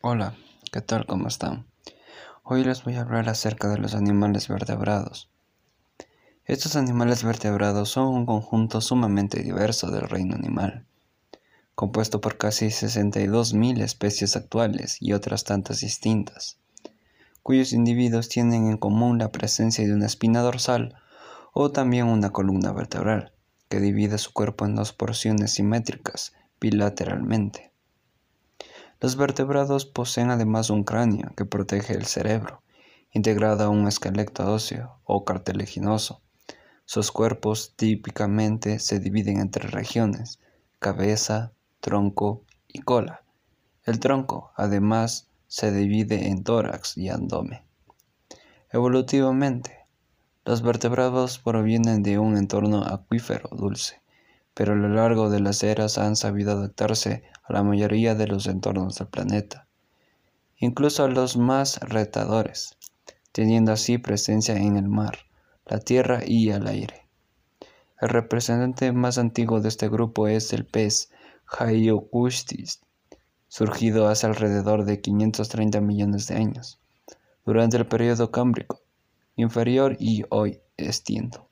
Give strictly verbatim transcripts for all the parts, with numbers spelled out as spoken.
Hola, ¿qué tal? ¿Cómo están? Hoy les voy a hablar acerca de los animales vertebrados. Estos animales vertebrados son un conjunto sumamente diverso del reino animal, compuesto por casi sesenta y dos mil especies actuales y otras tantas distintas, cuyos individuos tienen en común la presencia de una espina dorsal o también una columna vertebral, que divide su cuerpo en dos porciones simétricas bilateralmente. Los vertebrados poseen además un cráneo que protege el cerebro, integrado a un esqueleto óseo o cartilaginoso. Sus cuerpos típicamente se dividen en tres regiones: cabeza, tronco y cola. El tronco, además, se divide en tórax y abdomen. Evolutivamente, los vertebrados provienen de un entorno acuífero dulce, pero a lo largo de las eras han sabido adaptarse a la mayoría de los entornos del planeta, incluso a los más retadores, teniendo así presencia en el mar, la tierra y el aire. El representante más antiguo de este grupo es el pez Hyocustis, surgido hace alrededor de quinientos treinta millones de años, durante el período Cámbrico inferior y hoy extinto.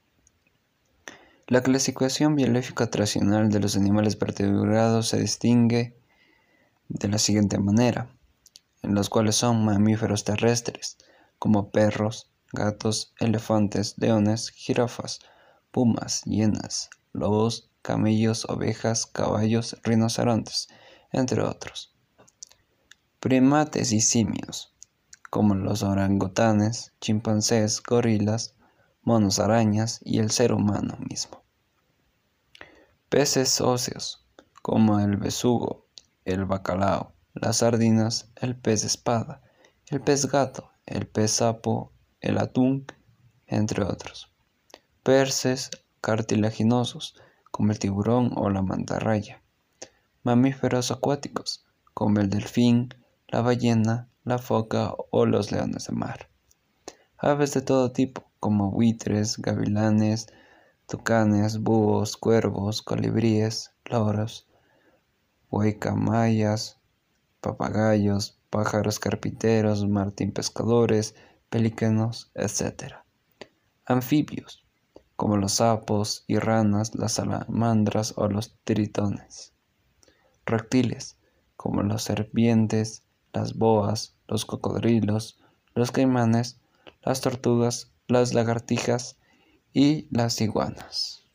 La clasificación biológica tradicional de los animales vertebrados se distingue de la siguiente manera, en los cuales son mamíferos terrestres, como perros, gatos, elefantes, leones, jirafas, pumas, hienas, lobos, camellos, ovejas, caballos, rinocerontes, entre otros. Primates y simios, como los orangutanes, chimpancés, gorilas, monos arañas y el ser humano mismo. Peces óseos, como el besugo, el bacalao, las sardinas, el pez espada, el pez gato, el pez sapo, el atún, entre otros. Peces cartilaginosos, como el tiburón o la mantarraya. Mamíferos acuáticos, como el delfín, la ballena, la foca o los leones de mar. Aves de todo tipo, como buitres, gavilanes, tucanes, búhos, cuervos, colibríes, loros, guacamayas, papagayos, pájaros carpinteros, martín pescadores, pelícanos, etcétera. Anfibios, como los sapos y ranas, las salamandras o los tritones. Reptiles, como las serpientes, las boas, los cocodrilos, los caimanes, las tortugas, las lagartijas y las iguanas.